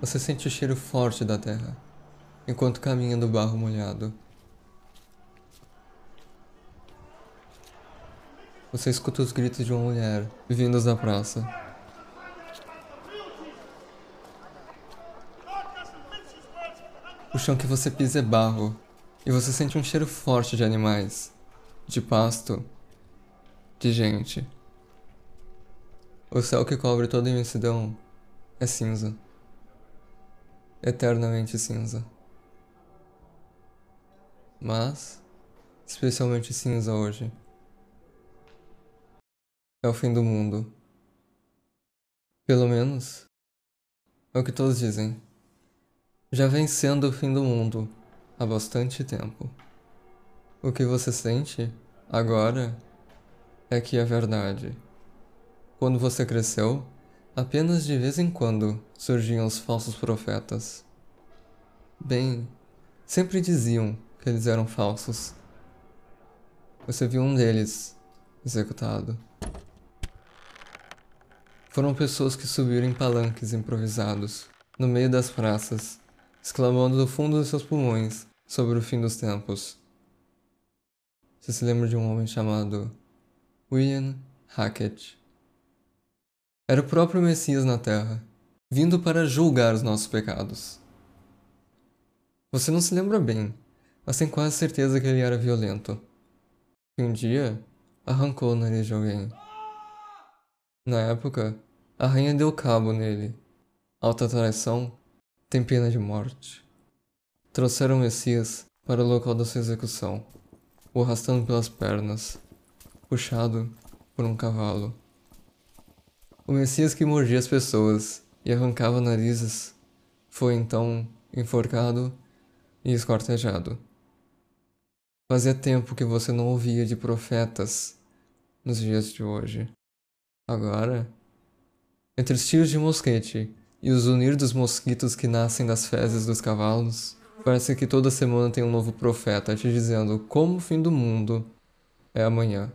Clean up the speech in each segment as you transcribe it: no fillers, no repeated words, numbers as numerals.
Você sente o cheiro forte da terra, enquanto caminha no barro molhado. Você escuta os gritos de uma mulher, vindos da praça. O chão que você pisa é barro, e você sente um cheiro forte de animais, de pasto, de gente. O céu que cobre toda a imensidão é cinza. Eternamente cinza. Mas, especialmente cinza hoje. É o fim do mundo. Pelo menos, é o que todos dizem. Já vem sendo o fim do mundo há bastante tempo. O que você sente agora é que é verdade. Quando você cresceu, apenas de vez em quando surgiam os falsos profetas. Bem, sempre diziam que eles eram falsos. Você viu um deles executado. Foram pessoas que subiram em palanques improvisados, no meio das praças, exclamando do fundo dos seus pulmões sobre o fim dos tempos. Você se lembra de um homem chamado William Hackett. Era o próprio Messias na Terra, vindo para julgar os nossos pecados. Você não se lembra bem, mas tem quase certeza que ele era violento. E um dia, arrancou o nariz de alguém. Na época, a rainha deu cabo nele. Alta traição tem pena de morte. Trouxeram o Messias para o local da sua execução, o arrastando pelas pernas, puxado por um cavalo. O Messias que mordia as pessoas e arrancava narizes foi então enforcado e esquartejado. Fazia tempo que você não ouvia de profetas nos dias de hoje. Agora, entre os tiros de mosquete e os unir dos mosquitos que nascem das fezes dos cavalos, parece que toda semana tem um novo profeta te dizendo como o fim do mundo é amanhã.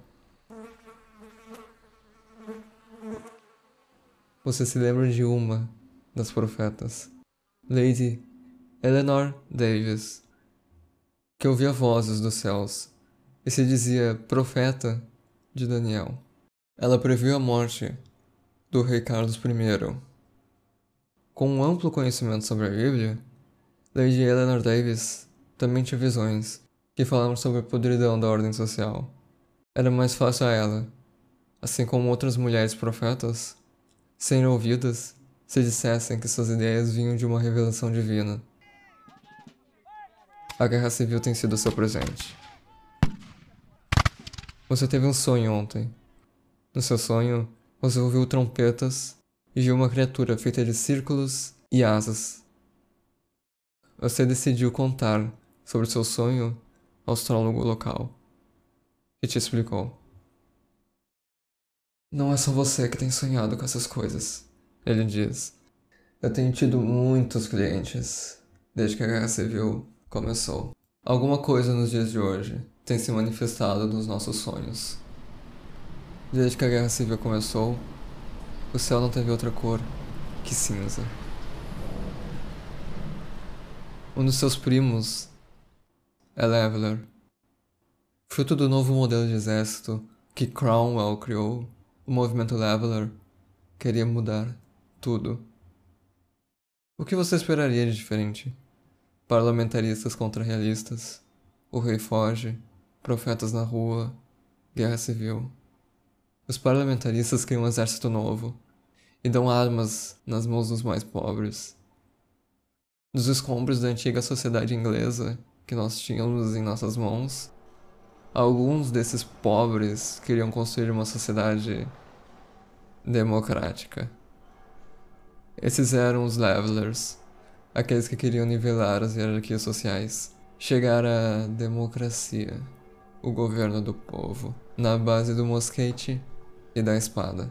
Você se lembra de uma das profetas, Lady Eleanor Davis, que ouvia vozes dos céus e se dizia profeta de Daniel. Ela previu a morte do rei Carlos I. Com um amplo conhecimento sobre a Bíblia, Lady Eleanor Davis também tinha visões que falavam sobre a podridão da ordem social. Era mais fácil a ela, assim como outras mulheres profetas, serem ouvidas se dissessem que suas ideias vinham de uma revelação divina. A guerra civil tem sido seu presente. Você teve um sonho ontem. No seu sonho, você ouviu trompetas e viu uma criatura feita de círculos e asas. Você decidiu contar sobre seu sonho ao astrólogo local, que te explicou. Não é só você que tem sonhado com essas coisas, ele diz. Eu tenho tido muitos clientes desde que a guerra civil começou. Alguma coisa nos dias de hoje tem se manifestado nos nossos sonhos. Desde que a guerra civil começou, o céu não teve outra cor que cinza. Um dos seus primos é Leveler. Fruto do novo modelo de exército que Cromwell criou, o movimento Leveler queria mudar tudo. O que você esperaria de diferente? Parlamentaristas contra realistas, o rei foge, profetas na rua, guerra civil. Os parlamentaristas criam um exército novo e dão armas nas mãos dos mais pobres. Dos escombros da antiga sociedade inglesa que nós tínhamos em nossas mãos, alguns desses pobres queriam construir uma sociedade democrática. Esses eram os Levelers, aqueles que queriam nivelar as hierarquias sociais, chegar à democracia, o governo do povo, na base do mosquete e da espada.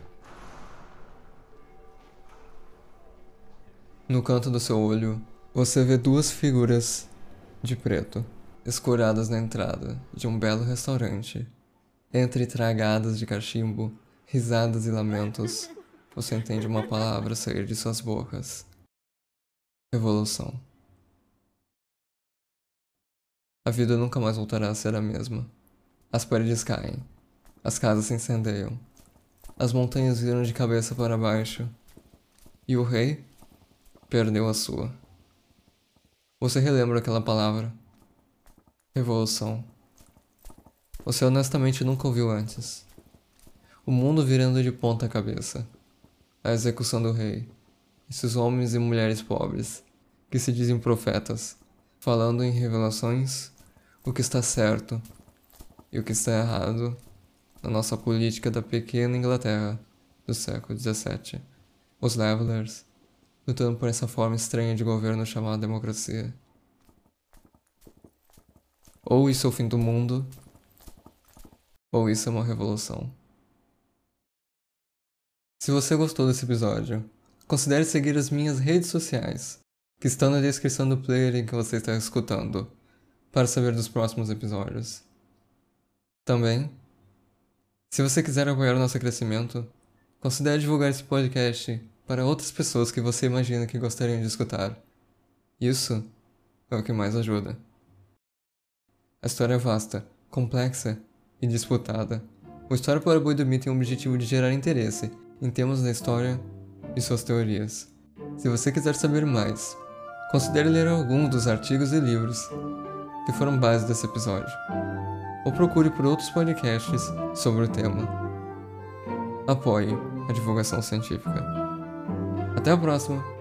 No canto do seu olho, você vê duas figuras de preto, escuradas na entrada de um belo restaurante. Entre tragadas de cachimbo, risadas e lamentos, você entende uma palavra sair de suas bocas. Revolução. A vida nunca mais voltará a ser a mesma. As paredes caem. As casas se incendeiam. As montanhas viram de cabeça para baixo. E o rei perdeu a sua. Você relembra aquela palavra? Revolução. Você honestamente nunca ouviu antes. O mundo virando de ponta cabeça. A execução do rei. Esses homens e mulheres pobres, que se dizem profetas, falando em revelações o que está certo e o que está errado na nossa política da pequena Inglaterra do século XVII. Os Levelers, lutando por essa forma estranha de governo chamada democracia. Ou isso é o fim do mundo, ou isso é uma revolução. Se você gostou desse episódio, considere seguir as minhas redes sociais, que estão na descrição do player em que você está escutando, para saber dos próximos episódios. Também, se você quiser apoiar o nosso crescimento, considere divulgar esse podcast para outras pessoas que você imagina que gostariam de escutar. Isso é o que mais ajuda. A história é vasta, complexa e disputada. O História para Boi Dormir tem o objetivo de gerar interesse em temas da história e suas teorias. Se você quiser saber mais, considere ler alguns dos artigos e livros que foram base desse episódio, ou procure por outros podcasts sobre o tema. Apoie a divulgação científica. Até a próxima!